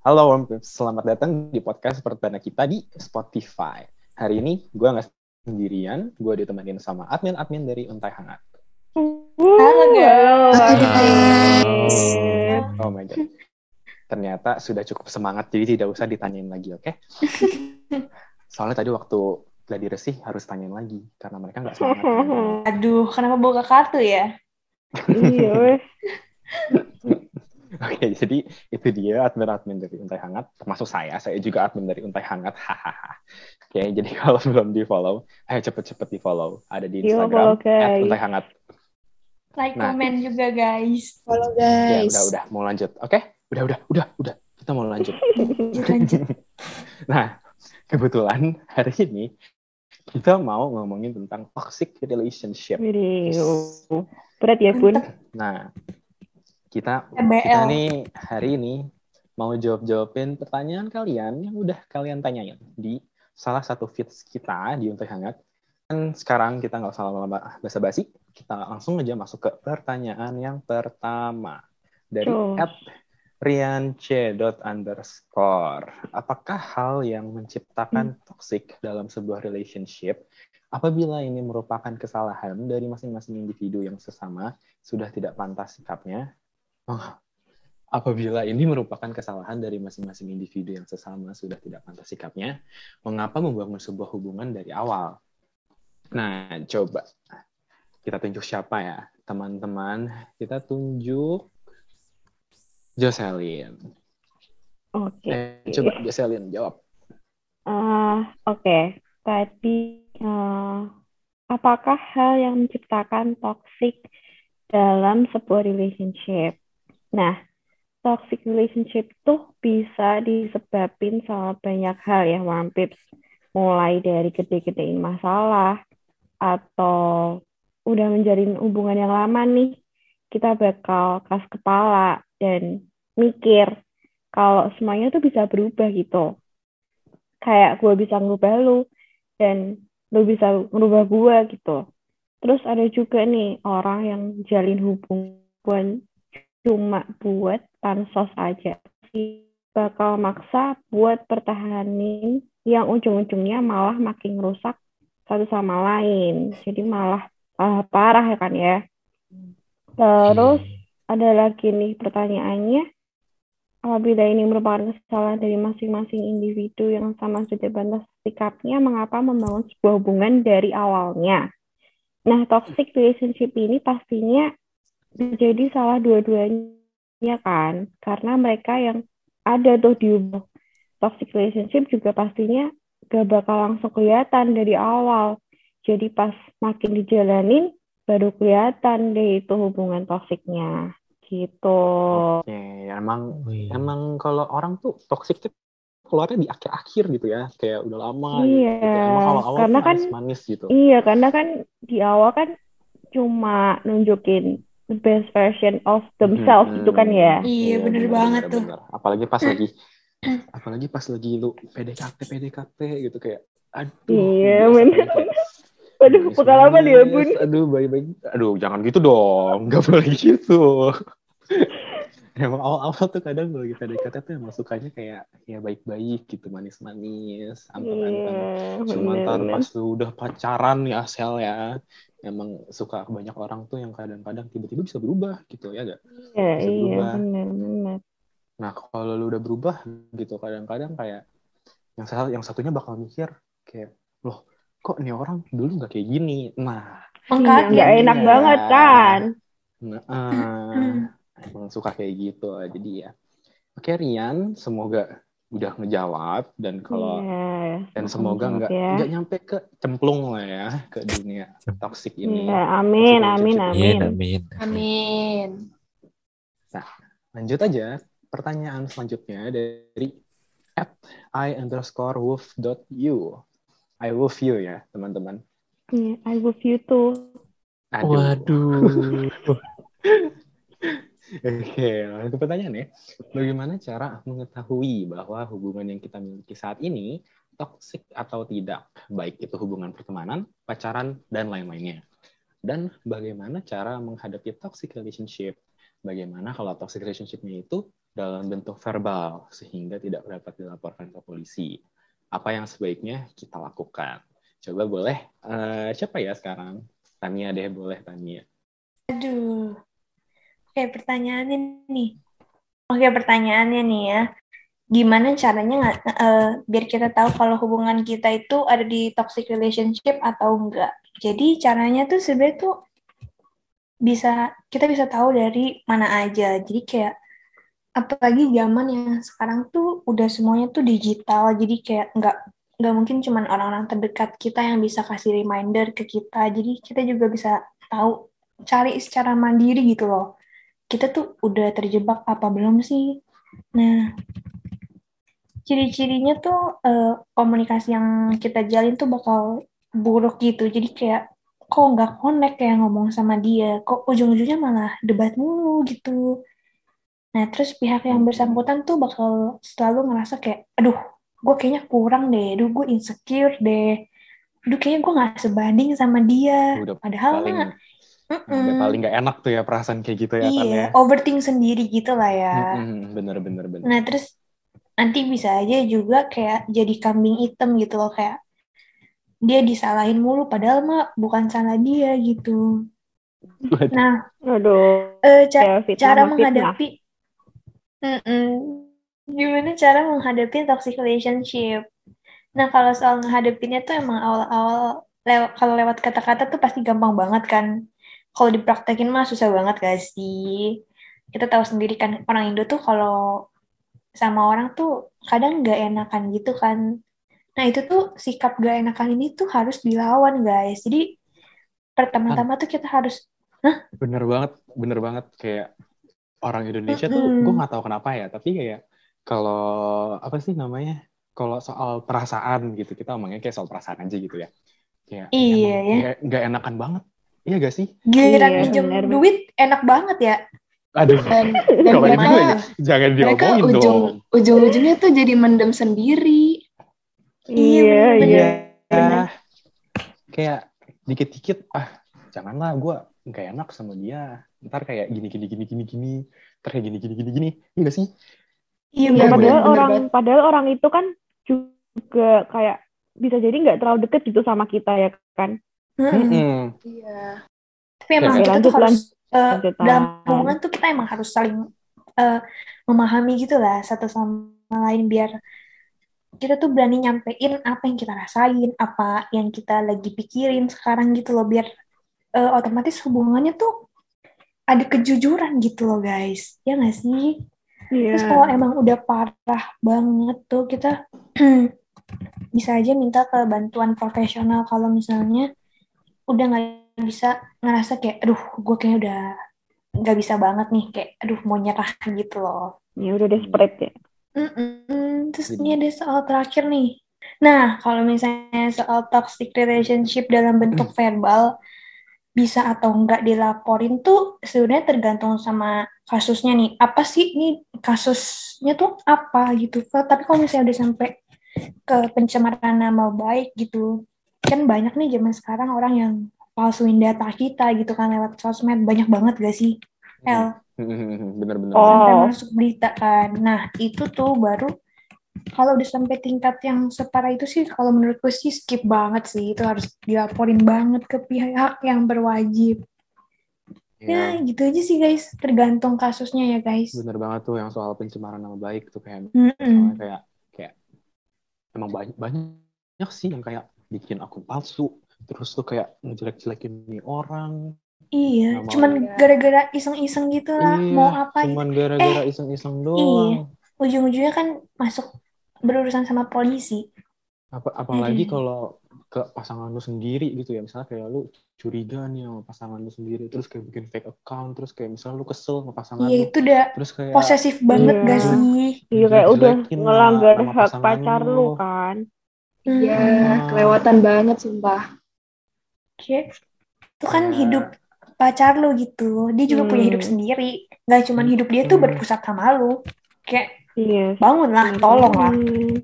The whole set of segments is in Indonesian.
Halo, selamat datang di podcast perdana kita di Spotify. Hari ini gue nggak sendirian, gue ditemenin sama admin-admin dari Untai Hangat. Halo guys. Oh my God. Ternyata sudah cukup semangat, jadi tidak usah ditanyain lagi, oke? Soalnya tadi waktu gladi resih harus tanyain lagi, karena mereka nggak semangat. Aduh, kenapa buka kartu ya? Iya. Oke, jadi itu dia admin-admin dari Untai Hangat, termasuk saya juga admin dari Untai Hangat, hahaha. Oke, jadi kalau belum di-follow, ayo cepet-cepet di-follow. Ada di Yo, Instagram, follow guys. @untaihangat. Like, Nah. komen juga guys. Follow Ya, guys. udah, mau lanjut. Oke? Udah. Kita mau lanjut. Lanjut. Nah, kebetulan hari ini kita mau ngomongin tentang toxic relationship. Widih. Berat ya, Bun? Nah, kita TBL. nih hari ini mau jawab-jawabin pertanyaan kalian yang udah kalian tanyain di salah satu feeds kita di Untai Hangat. Dan sekarang kita nggak usah lama-lama basa-basi, kita langsung aja masuk ke pertanyaan yang pertama dari @riance_. Apakah hal yang menciptakan toxic dalam sebuah relationship apabila ini merupakan kesalahan dari masing-masing individu yang sesama sudah tidak pantas sikapnya? Apabila ini merupakan kesalahan dari masing-masing individu yang sesama sudah tidak pantas sikapnya, mengapa membangun sebuah hubungan dari awal? Nah, coba kita tunjuk siapa ya, teman-teman. Kita tunjuk Jocelyn. Oke. Coba Jocelyn jawab. Oke. Tadi, apakah hal yang menciptakan toxic dalam sebuah relationship? Nah, toxic relationship tuh bisa disebabin sama banyak hal ya, Wampips. Mulai dari gede-gedein masalah, atau udah menjalin hubungan yang lama nih, kita bakal keras kepala dan mikir kalau semuanya tuh bisa berubah gitu. Kayak gue bisa ngubah lu, dan lu bisa ngubah gue gitu. Terus ada juga nih orang yang jalin hubungan cuma buat pansos aja. Bakal maksa buat pertahanin yang ujung-ujungnya malah makin rusak satu sama lain. Jadi malah parah ya kan ya. Terus ada lagi nih pertanyaannya, apabila ini merupakan kesalahan dari masing-masing individu yang sama sudah pantas sikapnya, mengapa membangun sebuah hubungan dari awalnya? Nah, toxic relationship ini pastinya jadi salah dua-duanya kan, karena mereka yang ada tuh di toxic relationship juga pastinya gak bakal langsung kelihatan dari awal. Jadi pas makin dijalanin, baru kelihatan deh itu hubungan toksiknya. Gitu. Oke, emang kalau orang tuh toxic tuh keluarnya di akhir-akhir gitu ya, kayak udah lama Iya, gitu. Emang awal-awal karena tuh kan manis-manis gitu. Iya, karena kan di awal kan cuma nunjukin the best version of themselves gitu kan ya. Iya, bener banget tuh. Apalagi pas lagi lu PDKT gitu, kayak aduh, Iya, biasa bener. kayak Aduh, pengalaman ya, Bun. aduh, baik-baik. Aduh, jangan gitu dong. Nggak boleh gitu. Emang awal-awal tuh kadang gue lagi PDKT tuh emang sukanya kayak ya baik-baik gitu, manis-manis, anteng-anteng. Cuma ntar pas lu udah pacaran ya, Sel ya, emang suka banyak orang tuh yang kadang-kadang tiba-tiba bisa berubah gitu ya gak? Iya, benar. Nah, kalau lu udah berubah gitu, kadang-kadang kayak yang satunya bakal mikir kayak, loh, kok nih orang dulu nggak kayak gini? Nah, nggak enak banget kan? Emang suka kayak gitu, jadi ya. Oke, Rian, semoga udah ngejawab dan kalau dan semoga nggak nyampe ke cemplung lah ya ke dunia toksik ini. Ya, amin. Nah, lanjut aja. Pertanyaan selanjutnya dari @I_wolf.you. I love you ya, teman-teman. Iya, I love you too. Waduh. Oke, itu pertanyaan ya. Bagaimana cara mengetahui bahwa hubungan yang kita miliki saat ini toksik atau tidak? Baik itu hubungan pertemanan, pacaran, dan lain-lainnya. Dan bagaimana cara menghadapi toxic relationship? Bagaimana kalau toxic relationship-nya itu dalam bentuk verbal sehingga tidak dapat dilaporkan ke polisi. Apa yang sebaiknya kita lakukan? Coba boleh, siapa ya sekarang? Tania deh, boleh Tania. Aduh. Oke, pertanyaannya nih ya. Gimana caranya biar kita tahu kalau hubungan kita itu ada di toxic relationship atau enggak? Jadi caranya tuh sebenarnya tuh kita bisa tahu dari mana aja. Jadi kayak apalagi zaman yang sekarang tuh udah semuanya tuh digital. Jadi kayak nggak mungkin cuman orang-orang terdekat kita yang bisa kasih reminder ke kita. Jadi kita juga bisa tahu cari secara mandiri gitu loh. Kita tuh udah terjebak apa belum sih? Nah, ciri-cirinya tuh komunikasi yang kita jalin tuh bakal buruk gitu. Jadi kayak kok nggak connect kayak ngomong sama dia, kok ujung-ujungnya malah debat mulu gitu. Nah, terus pihak yang bersangkutan tuh bakal selalu ngerasa kayak, aduh, gue kayaknya kurang deh, aduh gue insecure deh, aduh kayaknya gue nggak sebanding sama dia. Udah Padahal paling mah, udah paling nggak enak tuh ya perasaan kayak gitu ya kan iya, ya. overthink sendiri gitu lah ya. Bener. Nah, terus nanti bisa aja juga kayak jadi kambing hitam gitu loh, kayak dia disalahin mulu padahal mah bukan salah dia gitu. Nah, Aduh, ya fitnah cara mah fitnah. menghadapi Mm-mm. Gimana cara menghadapi toxic relationship? Nah, kalau soal menghadapinya tuh emang awal-awal kalau lewat kata-kata tuh pasti gampang banget kan. Kalau dipraktekin mah susah banget gak sih? Kita tahu sendiri kan orang Indo tuh kalau sama orang tuh kadang gak enakan gitu kan. Nah, itu tuh sikap gak enakan ini tuh harus dilawan, guys. Jadi, Kan pertama-tama tuh kita harus, hah? bener banget kayak orang Indonesia tuh gue Mm-mm. nggak tahu kenapa ya, tapi kayak kalau apa sih namanya, kalau soal perasaan gitu kita omongnya kayak soal perasaan aja gitu ya, kayak Iya emang ya. nggak enakan banget, iya gak sih? Giliran Iya, minjem benar-benar. duit enak banget ya. Aduh, Dan kalau itu Gimana mereka tuh? jangan mereka diomongin dong. ujung-ujungnya tuh jadi mendem sendiri. Iya, Iya, Iya, bener-bener. Bener. kayak dikit-dikit janganlah gue nggak enak sama dia, ntar kayak gini, ntar kayak gini, iya gak sih? Iya, Ya, Iya, bener-bener. bener banget. padahal orang itu kan juga kayak bisa jadi nggak terlalu deket gitu sama kita ya kan. Heeh. Iya. Tapi emang Oke, kita tuh lanjut harus, dalam lanjutan. hubungan tuh kita emang harus saling eh, memahami gitu lah satu sama lain biar kita tuh berani nyampein apa yang kita rasain, apa yang kita lagi pikirin sekarang gitu loh, biar otomatis hubungannya tuh ada kejujuran gitu loh guys, ya nggak sih? Terus Iya. kalau emang udah parah banget tuh kita bisa aja minta ke bantuan profesional kalau misalnya udah nggak bisa, ngerasa kayak aduh gue kayaknya udah nggak bisa banget nih, kayak aduh mau nyerah gitu loh. Ya udah desperate ya. Terus ini ada soal terakhir nih. Nah, kalau misalnya soal toxic relationship dalam bentuk verbal, bisa atau enggak dilaporin tuh sebenarnya tergantung sama kasusnya nih. Apa sih ini kasusnya tuh apa gitu. Tapi kalau misalnya udah sampai ke pencemaran nama baik gitu, kan banyak nih zaman sekarang orang yang palsuin data kita gitu kan lewat sosmed. Banyak banget gak sih, El? Bener. Sampai Oh, masuk berita kan. Nah, itu tuh baru kalau udah sampai tingkat yang separah itu sih, kalau menurutku sih skip banget sih. Itu harus dilaporin banget ke pihak yang berwajib. Ya, Ya, gitu aja sih guys. Tergantung kasusnya ya guys. bener banget tuh yang soal pencemaran nama baik tuh, kayak misalnya Mm-mm. kayak emang banyak sih yang kayak bikin akun palsu, terus tuh kayak ngejelek-jelekin nih orang, Iya, nggak mau, cuman Iya. gara-gara iseng-iseng gitu lah. iya, Mau apa gitu. cuman Eh, gara-gara iseng-iseng iya. doang. Ujung-ujungnya kan masuk berurusan sama polisi. Apalagi Aduh. kalau ke pasangan lu sendiri gitu ya, misalnya kayak lu curiga nih sama pasangan lu sendiri, terus kayak bikin fake account, terus kayak misalnya lu kesel sama pasangan Iya, lu, itu udah terus kayak posesif banget iya. gak jelek sih? Iya kayak udah jelek-jelekin nama ngelanggar nama hak pasangan pacar lu. lu kan. Iya, Heeh. kelewatan banget sumpah. Kayak itu kan hidup Kayak pacar lu gitu. Dia juga punya hidup Hmm, sendiri. Gak cuman hidup dia tuh hmm, berpusat sama lu. Kayak iya, bangunlah, benar tolonglah. banget.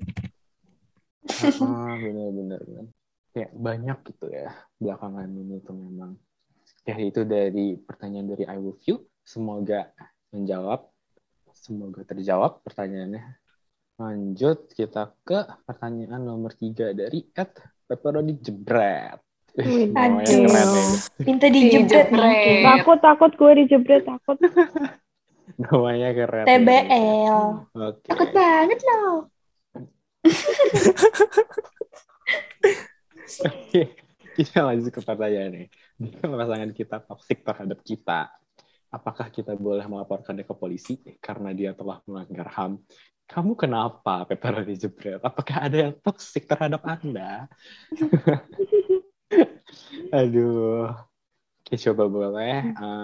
bener. Kayak banyak gitu ya belakangan ini tuh memang. Ya itu dari pertanyaan dari I Love You. Semoga menjawab. Semoga terjawab pertanyaannya. Lanjut kita ke pertanyaan nomor 3 dari @pepperoni jebret. Wih, Namanya Aduh. keren ya. Minta dijebret nih. Dijebret. Takut gue dijebret, takut. Namanya keren. TBL. Oke. Takut banget loh. Oke. Kita lanjut ke pertanyaan nih. Jika pasangan kita toksik terhadap kita, apakah kita boleh melaporkannya ke polisi karena dia telah melanggar HAM? Kamu kenapa, pepperoni jebret? Apakah ada yang toksik terhadap Anda? Aduh. Oke, coba boleh.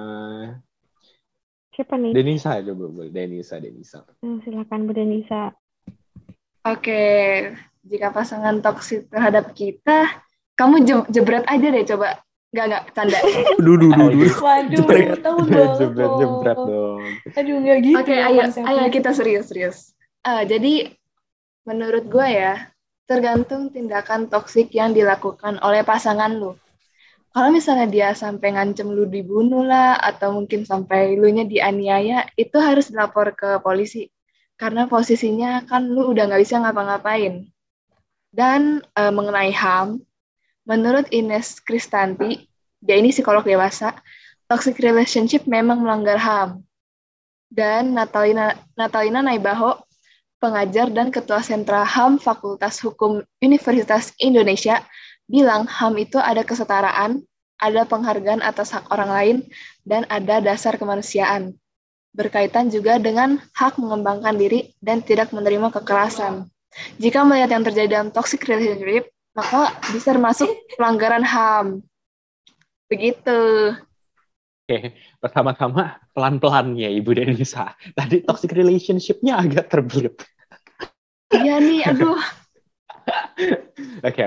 Siapa nih? Denisa, coba boleh. Denisa. Silakan Bu Denisa. Oke, jika pasangan toksik terhadap kita, kamu jebret aja deh coba. Enggak, canda. Duh. Waduh, tahu banget Jebret loh. dong. Aduh, nggak gitu Oke, ya ayo konsepnya. kita serius. Jadi, menurut gue ya, tergantung tindakan toksik yang dilakukan oleh pasangan lu. Kalau misalnya dia sampai ngancem lu dibunuh lah, atau mungkin sampai lu nya dianiaya, itu harus dilapor ke polisi. Karena posisinya kan lu udah nggak bisa ngapa-ngapain. Dan mengenai HAM, menurut Ines Kristanti, dia ini psikolog dewasa, toxic relationship memang melanggar HAM. Dan Natalina Naibaho, pengajar dan ketua sentra HAM Fakultas Hukum Universitas Indonesia, bilang HAM itu ada kesetaraan, ada penghargaan atas hak orang lain, dan ada dasar kemanusiaan. Berkaitan juga dengan hak mengembangkan diri dan tidak menerima kekerasan. Jika melihat yang terjadi dalam toxic relationship, maka bisa termasuk pelanggaran HAM. Begitu. Oke, pertama-tama pelan-pelan ya Ibu Denisa. Tadi toxic relationship-nya agak terbelit. Iya nih, aduh. Oke.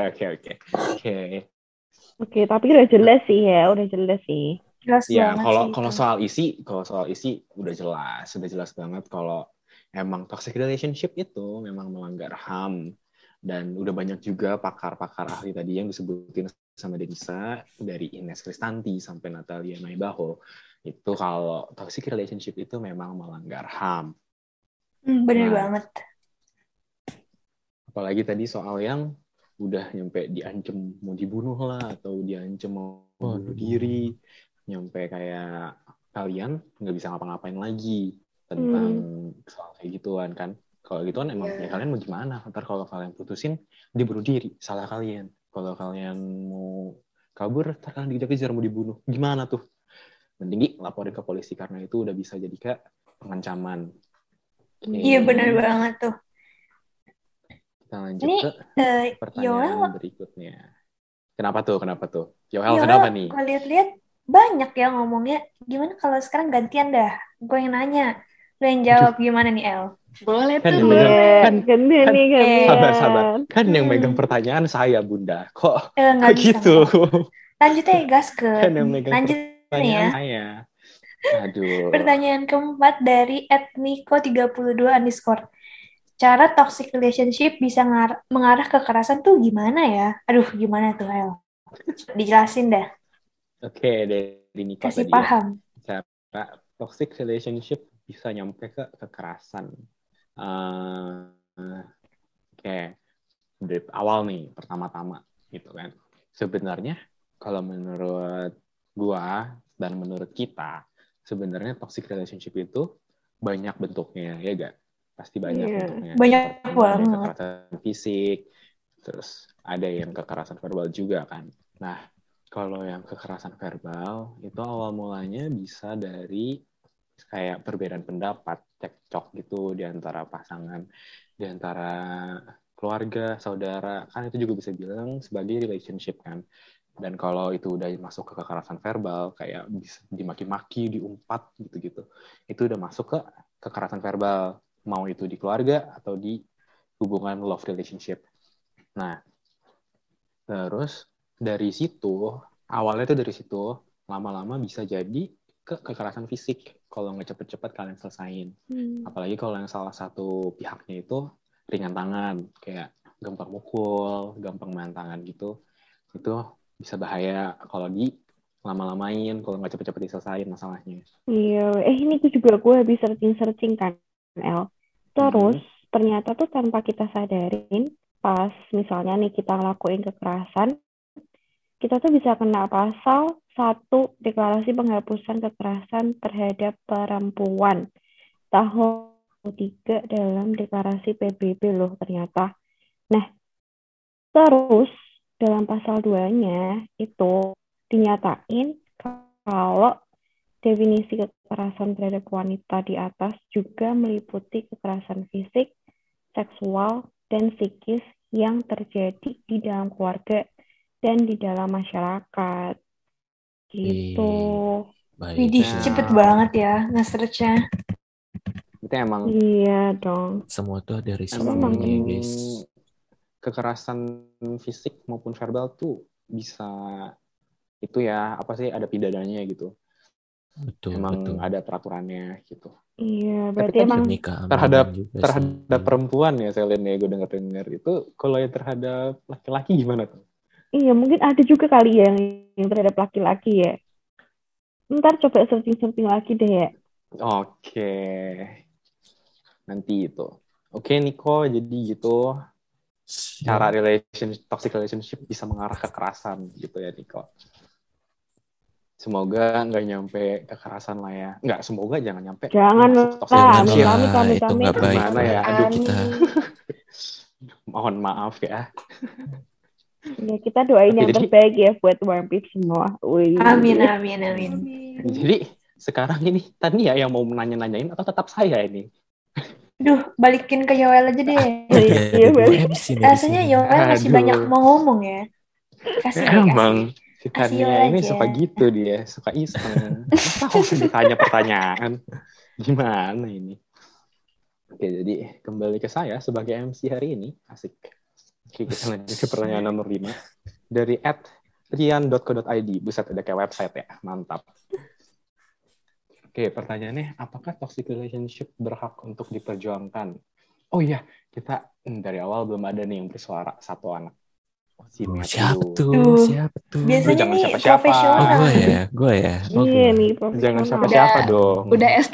Oke, tapi udah jelas sih ya, Jelas Ya, banget kalau sih kalau itu. soal isi udah jelas banget kalau emang toxic relationship itu memang melanggar HAM, dan udah banyak juga pakar-pakar ahli tadi yang disebutin sama Denisa, dari Ines Kristanti sampai Natalia Naibaho, itu kalau toxic relationship itu memang melanggar HAM. Bener Nah, banget. apalagi tadi soal yang udah nyampe diancam mau dibunuh lah, atau diancam mau bunuh diri, nyampe kayak kalian nggak bisa ngapa-ngapain lagi tentang soal kayak gituan kan. Kalau gituan emang ya kalian mau gimana? Ntar kalau kalian putusin dia bunuh diri, salah kalian. Kalau kalian mau kabur, ntar kalian dikejar-kejar mau dibunuh, gimana tuh? Mending laporin ke polisi karena itu udah bisa jadi kayak pengancaman. Iya, bener banget tuh. Kita lanjut Ini, ke pertanyaan Yoel, berikutnya. Kenapa tuh? Yoel kenapa nih? Kalau lihat-lihat banyak ya ngomongnya. Gimana kalau sekarang gantian dah? Gue yang nanya. Lo yang jawab gimana nih, El? Boleh Kan tuh, yang boleh. megang, gantian. sabar. Kan yang megang pertanyaan saya, Bunda. Kok Nggak bisa, gitu? Lanjut aja, gaskeun. Kan yang megang Lanjut nih pertanyaan ya. saya. Aduh. Pertanyaan keempat dari @niko32_. Cara toxic relationship bisa mengarah ke kekerasan tuh gimana ya? Aduh, gimana tuh, El? Dijelasin dah. Oke, dari Niko Kasih tadi paham. ya. Cara toxic relationship bisa nyampe ke kekerasan. Oke. Dari awal nih, pertama-tama gitu kan. Sebenarnya kalau menurut gua dan menurut kita, sebenarnya toxic relationship itu banyak bentuknya, ya gak? Pasti banyak bentuknya. Banyak Yang pertama ada banget. kekerasan fisik, terus ada yang kekerasan verbal juga kan. Nah, kalau yang kekerasan verbal itu awal mulanya bisa dari kayak perbedaan pendapat, cekcok gitu di antara pasangan, di antara keluarga, saudara, kan itu juga bisa bilang sebagai relationship kan. Dan kalau itu udah masuk ke kekerasan verbal, kayak bisa dimaki-maki, diumpat gitu-gitu, itu udah masuk ke kekerasan verbal, mau itu di keluarga atau di hubungan love relationship. Nah, terus dari situ, awalnya tuh dari situ, lama-lama bisa jadi ke kekerasan fisik kalau nggak cepet-cepet kalian selesain. Apalagi kalau yang salah satu pihaknya itu ringan tangan, kayak gampang mukul, gampang main tangan gitu, itu bisa bahaya kalau di lama-lamain, kalau nggak cepet-cepet diselesain masalahnya. Iya, ini gue habis searching kan. ML. Terus ternyata tuh tanpa kita sadarin, pas misalnya nih kita ngelakuin kekerasan, kita tuh bisa kena pasal 1 Deklarasi Penghapusan Kekerasan Terhadap Perempuan tahun 3 dalam Deklarasi PBB loh ternyata. Nah, terus dalam pasal 2-nya itu dinyatain kalau definisi kekerasan terhadap wanita di atas juga meliputi kekerasan fisik, seksual, dan psikis yang terjadi di dalam keluarga dan di dalam masyarakat. Gitu. Baik. Widih, Nah. cepet banget ya nge-search-nya. Itu emang Iya dong. Semua tuh ada emang risikonya, guys. kekerasan fisik maupun verbal tuh bisa itu ya apa sih ada pidananya gitu. Betul, Emang betul. ada peraturannya gitu. Iya, Tapi berarti kan emang Demi keamanan terhadap juga terhadap sih. perempuan ya Selin ya gue dengar itu kalau yang terhadap laki-laki gimana tuh? iya mungkin ada juga kali ya yang terhadap laki-laki ya. Ntar coba searching lagi deh ya. Oke. Nanti itu. Oke Niko, jadi gitu cara toxic relationship bisa mengarah ke kekerasan gitu ya Niko. Semoga nggak nyampe kekerasan lah ya. Nggak, semoga jangan nyampe. Jangan masuk ke toxic lah, relationship. kami itu nggak baik Gimana lah. ya? Aduh, kita mohon maaf ya. Ya, kita doain Oke, yang jadi- terbaik ya buat One Piece semua. Wih. Amin, amin, amin. Jadi sekarang ini Tania yang mau nanya-nanyain atau tetap saya ini? Duh, balikin ke Yoel aja deh. jadi dua MC nih di Rasanya sini. Yoel masih Aduh. banyak mau ngomong ya. Kasih deh, Emang si Kasih Tania ini aja. suka gitu dia, suka iseng. Masa harus ditanya pertanyaan? Gimana ini? Oke, jadi kembali ke saya sebagai MC hari ini. Asik. Oke, kita lanjut ke pertanyaan nomor 5. Dari @rian.co.id. Buset, ada kayak website ya. Mantap. Oke, pertanyaannya, apakah toxic relationship berhak untuk diperjuangkan? Oh iya, kita dari awal belum ada nih yang bersuara, satu anak. Si Oh, Matthew. siapa tuh? Duh. Siapa tuh? Biasanya jangan nih siapa-siapa. profesional. Oh, gue ya. Oh, Iya gue. nih, Jangan profesional. siapa-siapa dong. Udah S3.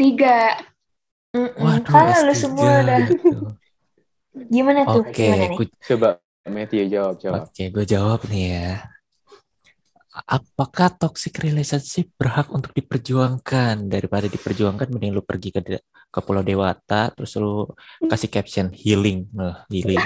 Waduh, Kalau lu S3 semua udah gitu. gimana tuh? Oke, Gimana nih? Coba Matthew jawab. Oke, gue jawab nih ya. Apakah toxic relationship berhak untuk diperjuangkan? Daripada diperjuangkan, mending lu pergi ke Pulau Dewata, terus lu kasih caption healing. Nah, healing.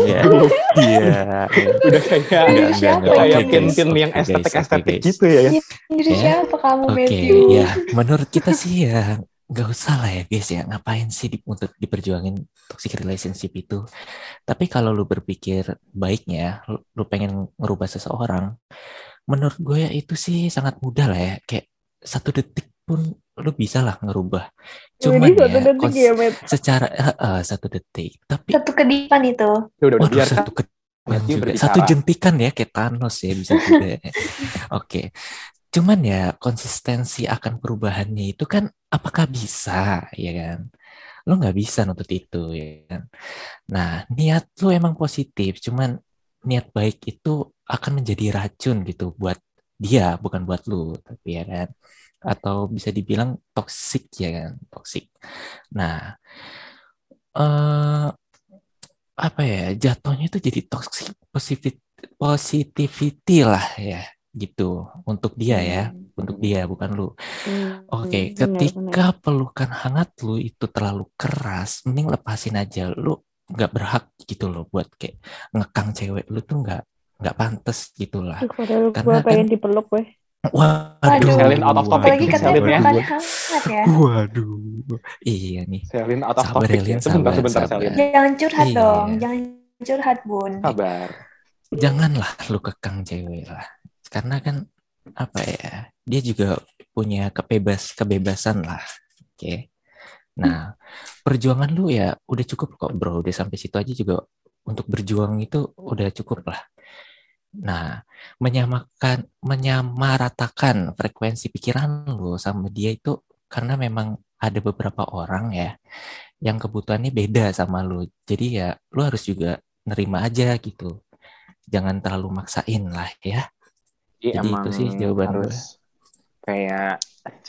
Iya. Udah kayak Siapa kayak ini? pin-pin yang Oke, estetik guys. gitu ya. Jadi Ya. siapa kamu, Oke, Matthew? ya. Menurut kita sih ya nggak usah lah ya guys ya. Ngapain sih untuk diperjuangin toxic relationship itu? Tapi kalau lu berpikir baiknya, lu pengen ngerubah seseorang, menurut gue ya itu sih sangat mudah lah ya. Kayak 1 detik pun lu bisa lah ngerubah. Cuman Jadi 1 ya, detik ya, Met. secara 1 detik. Tapi Satu kedipan itu. Udah waduh, biarkan 1 ketikan Matthew juga. berbicara. 1 jentikan ya kayak Thanos ya bisa juga. Oke. Cuman ya konsistensi akan perubahannya itu kan apakah bisa ya kan? Lu nggak bisa nuntut itu ya kan? Nah, niat lu emang positif, cuman niat baik itu akan menjadi racun gitu buat dia, bukan buat lu, tapi ya kan? Atau bisa dibilang toksik ya kan? Toksik. Nah, apa ya? Jatuhnya itu jadi toxic positivity lah ya, gitu. Untuk dia ya, untuk dia bukan lu. Oke, ketika pelukan hangat lu itu terlalu keras, mending lepasin aja. Lu nggak berhak gitu loh buat kayak ngekang cewek lu tuh nggak pantas gitulah. Padahal Karena gue pengen dipeluk weh. Waduh, Selin out of topic. Apalagi katanya Selin ya. pelukannya hangat ya. Waduh, iya nih. Selin out of Sabar, topic. Elian, Sebentar sabar. Selin. Jangan curhat Iya. dong. Jangan curhat, Bun. Sabar. Janganlah lu kekang cewek lah. Karena kan apa ya? Dia juga punya kebebasan lah. Oke. Nah, perjuangan lu ya udah cukup kok, bro. Udah sampai situ aja juga untuk berjuang itu udah cukup lah. Nah, menyamaratakan frekuensi pikiran lu sama dia itu karena memang ada beberapa orang ya yang kebutuhannya beda sama lu. Jadi ya lu harus juga nerima aja gitu. Jangan terlalu maksain lah ya. Jadi emang itu sih jawaban gue. harus kayak cari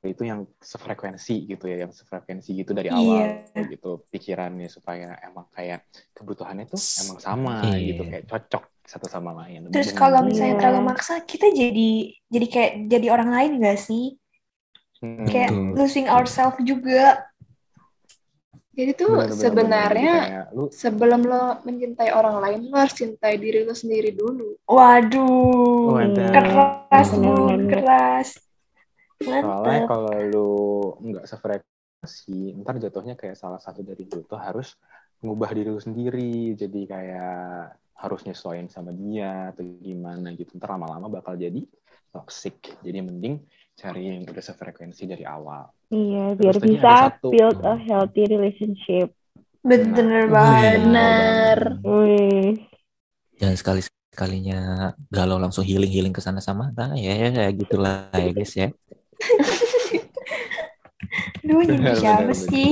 itu yang sefrekuensi gitu ya, yang sefrekuensi gitu dari Iya. awal gitu pikirannya, supaya emang kayak kebutuhannya tuh emang sama gitu, Iya. kayak cocok satu sama lain. Terus kalau misalnya Iya. terlalu maksa, kita jadi kayak jadi orang lain gak sih? Kayak Betul. losing ourselves juga. Jadi tuh Bener-bener, sebenarnya jadi kayak lu sebelum lo mencintai orang lain, lo harus cintai diri lo sendiri dulu. Waduh, Wadah. keras Bun, Bener-bener. keras. Soalnya Mantep. kalau lu nggak sefrekuensi, ntar jatuhnya kayak salah satu dari lu tuh harus ngubah diri lu sendiri, jadi kayak harus nyesuaiin sama dia atau gimana gitu. Ntar lama-lama bakal jadi toxic. Jadi mending cari yang udah sefrekuensi dari awal. Iya, Terus biar tadi bisa ada satu. build a healthy relationship. Bener Nah, banget. Bener. Wih. Jangan sekali-sekalinya galau langsung healing ke sana sama. Nah, ya gitulah ya guys ya. Duh, nyindir Bener, siapa bener. sih?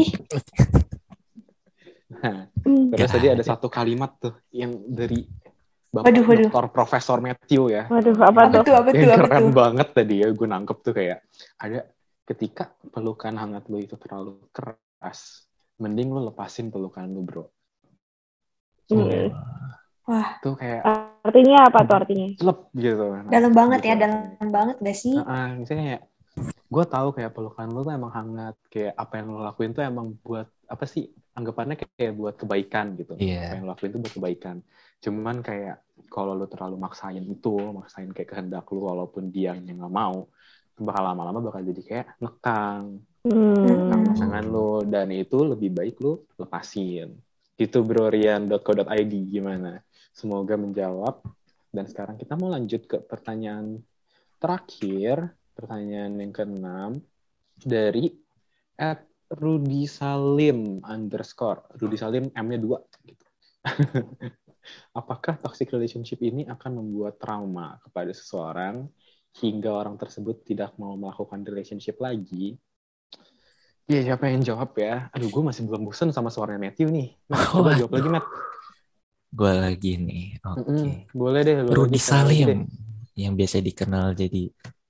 Nah, Hmm. terus Gak tadi ada ada. satu kalimat tuh yang dari Waduh, Bapak waduh. Dr. Profesor Matthew ya. Waduh, apa Apa tuh? tuh, apa tuh, Yang apa keren tuh? banget tadi ya, gue nangkep tuh kayak ada ketika pelukan hangat lu itu terlalu keras, mending lu lepasin pelukan lu, bro. Hmm. Wah, Tuh kayak Artinya apa tuh artinya? celep gitu. Nah, dalam banget gitu ya, artinya. dalam banget gak sih? Misalnya kayak gue tahu kayak pelukan lu tuh emang hangat, kayak apa yang lu lakuin tuh emang buat apa sih, anggapannya kayak buat kebaikan gitu. Iya. Apa yang lu lakuin tuh buat kebaikan. Cuman kayak kalau lu terlalu maksain kayak kehendak lu walaupun dia nggak mau, bakal lama-lama bakal jadi kayak ngekang pasangan lu, dan itu lebih baik lu lepasin. Gitu bro. Rian.co.id gimana? Semoga menjawab. Dan sekarang kita mau lanjut ke pertanyaan terakhir, pertanyaan yang ke-6 dari @rudisalim_. Rudy Salim M-nya 2 gitu. Apakah toxic relationship ini akan membuat trauma kepada seseorang hingga orang tersebut tidak mau melakukan relationship lagi? Iya, siapa yang jawab ya? Aduh, gue masih belum bosan sama suaranya Matthew nih. Matt, coba jawab lagi, Matt. Gue lagi nih. Oke. Boleh deh. Rudy lagi deh. Salim yang biasa dikenal jadi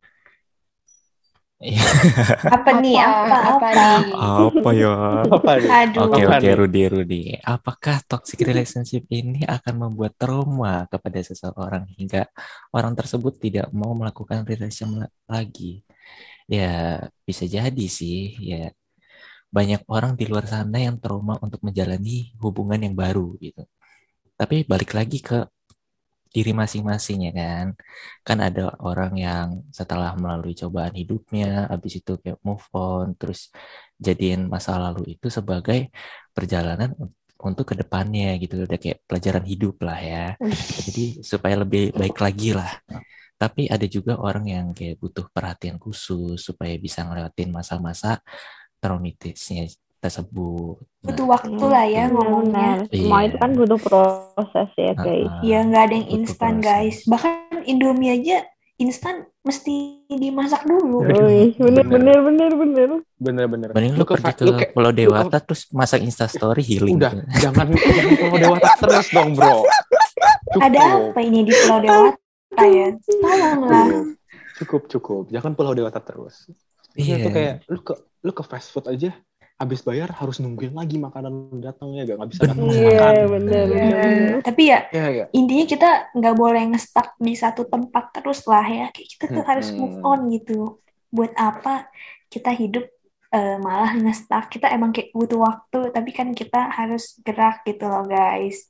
Apa nih? Apa? apa ya? Apa nih? Aduh. Oke, Apa nih? Rudy. Apakah toxic relationship ini akan membuat trauma kepada seseorang hingga orang tersebut tidak mau melakukan relationship lagi? Ya, bisa jadi sih. Ya, banyak orang di luar sana yang trauma untuk menjalani hubungan yang baru gitu. Tapi balik lagi ke diri masing-masing ya kan. Kan ada orang yang setelah melalui cobaan hidupnya, habis itu kayak move on, terus jadiin masa lalu itu sebagai perjalanan untuk kedepannya gitu. Udah kayak pelajaran hidup lah ya. Jadi supaya lebih baik lagi lah. Tapi ada juga orang yang kayak butuh perhatian khusus supaya bisa ngelewatin masa-masa traumatisnya tersebut. Butuh waktu lah ya gitu. ngomongnya. Benar. Semua Iya. itu kan butuh proses ya guys. Iya, nggak ada yang Butuh instan proses. guys. Bahkan Indomie aja instan mesti dimasak dulu. Wih, bener. Bener. Mending lu pergi ke Pulau Dewata terus masak Instastory healing. Udah, gitu. jangan Pulau Dewata terus dong, bro. Cukup. Ada apa ini di Pulau Dewata ya? Tolonglah. Cukup. Jangan Pulau Dewata terus. Iya. Itu kayak lu ke fast food aja, habis bayar harus nungguin lagi makanan datang ya, gak bisa dapat Iya, makan. bener. Tapi ya Iya. intinya kita nggak boleh nge-stuck di satu tempat terus lah ya. Kayak kita tuh harus move on gitu. Buat apa kita hidup malah nge-stuck? Kita emang kayak butuh waktu, tapi kan kita harus gerak gitu loh guys.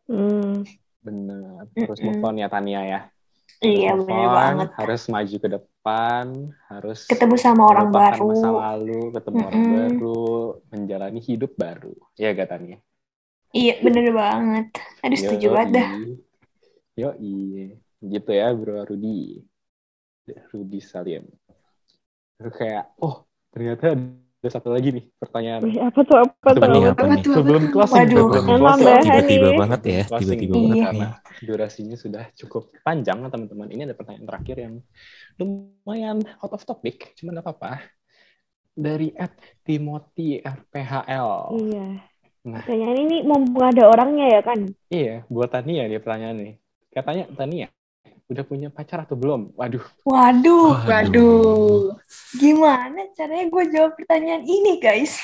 Bener. Terus move on ya Tania ya. Iya, Move bener on, banget. harus maju ke depan, harus Ketemu sama orang melupakan baru. masa lalu, ketemu orang baru, menjalani hidup baru. Iya gak Tania? Iya, bener banget. Aduh, setuju banget dah. Yoi. Gitu ya bro Rudy Salim. Terus kayak, ternyata ada satu lagi nih pertanyaan. Wih, apa tuh? Sebelum closing. Tiba-tiba banget ya. Tiba-tiba banget karena nih. durasinya sudah cukup panjang teman-teman. Ini ada pertanyaan terakhir yang lumayan out of topic, cuman gak apa-apa. Dari @Timothy RPHL. Iya. Nah, pertanyaan ini mumpung ada orangnya ya kan? iya, buat Tania nih pertanyaan nih. Katanya Tania, udah punya pacar atau belum? Waduh. Waduh. Gimana caranya gue jawab pertanyaan ini, guys?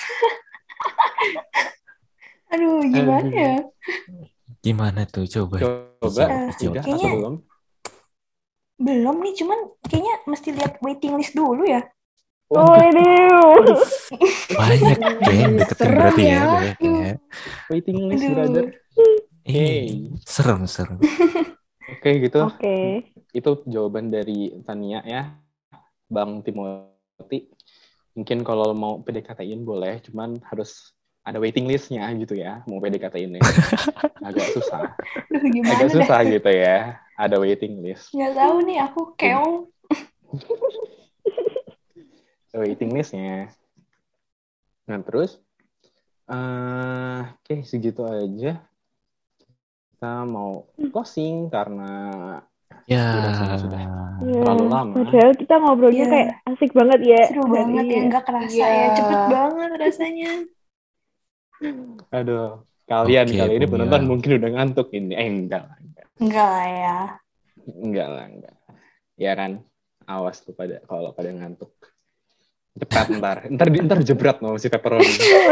Aduh, gimana ya? Gimana tuh? Coba Coba, dijawab. udah kayaknya- atau belum? Belum nih, cuman kayaknya mesti lihat waiting list dulu ya. Waduh. Banyak yang deketin Serem berarti ya. ya. Banyak ya. Waiting list, Aduh. brother. Serem. Oke, gitu. Oke. Itu jawaban dari Tania ya, Bang Timothy. Mungkin kalau mau PDKT-in boleh, cuman harus ada waiting list-nya gitu ya, mau PDKT-in agak susah. Aduh, gimana Agak dah? susah gitu ya, ada waiting list. Nggak tahu nih, aku keong. Waiting list-nya. Nah, terus oke, segitu aja. Kita mau closing karena Ya. durasinya sudah Ya, terlalu lama. padahal kita ngobrolnya Iya. kayak asik banget ya. Seru banget ya, nggak kerasa Iya. ya. Cepet banget rasanya. Aduh, kalian Oke, kali ini Bung penonton Yang. mungkin udah ngantuk ini. Enggak lah. Enggak lah ya. Enggak. Ya kan, awas tuh kalau pada ngantuk. Cepat ntar jebret mau si pepperoni.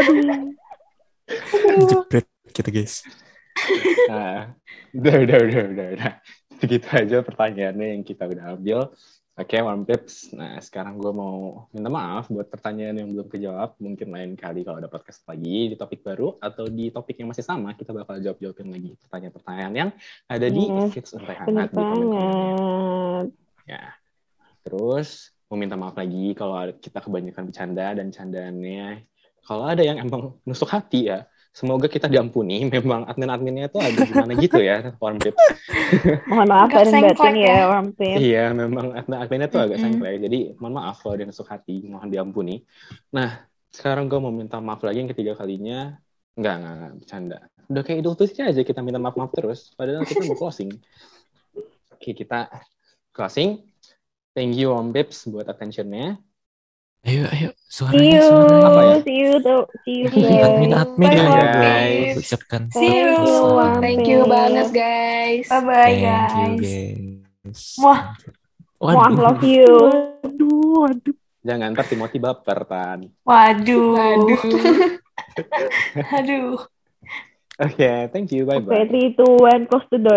Jepret gitu guys. Nah, udah. Segitu aja pertanyaannya yang kita udah ambil. Oke, One Pips. Nah, sekarang gue mau minta maaf buat pertanyaan yang belum kejawab. Mungkin lain kali kalau ada podcast lagi di topik baru atau di topik yang masih sama, kita bakal jawabin lagi pertanyaan-pertanyaan yang ada di Yes, Feeds Untai bener Hangat di komen-komennya. banget. Ya. Terus mau minta maaf lagi kalau kita kebanyakan bercanda dan candaannya. Kalau ada yang emang nusuk hati ya, semoga kita diampuni. Memang admin-adminnya itu agak gimana gitu ya, One Pips. Mohon maaf Nggak lahir dan batin sengklek ya, ya. One Pips. Iya, memang adminnya tuh agak Mm-mm. sengklek. Jadi mohon maaf kalau dia nusuk hati, mohon diampuni. Nah, sekarang gue mau minta maaf lagi yang ketiga kalinya. Enggak, bercanda. Udah kayak Idul Fitri aja kita minta maaf terus. Padahal kita mau closing. Oke, kita closing. Thank you Om Pips buat attention-nya. Ayo, See suaranya. you, Apa ya? see you, Admin Bye, One ya. Pips. Ucapkan See you. Thank you banget, guys. Bye-bye, Thank you guys. guys. Muah. Wah, love you. Waduh. Jangan ntar Timothy baper, Tan. Waduh. Waduh. Aduh. Oke, thank you. Bye-bye. Okay, 3, 2, 1, close the door.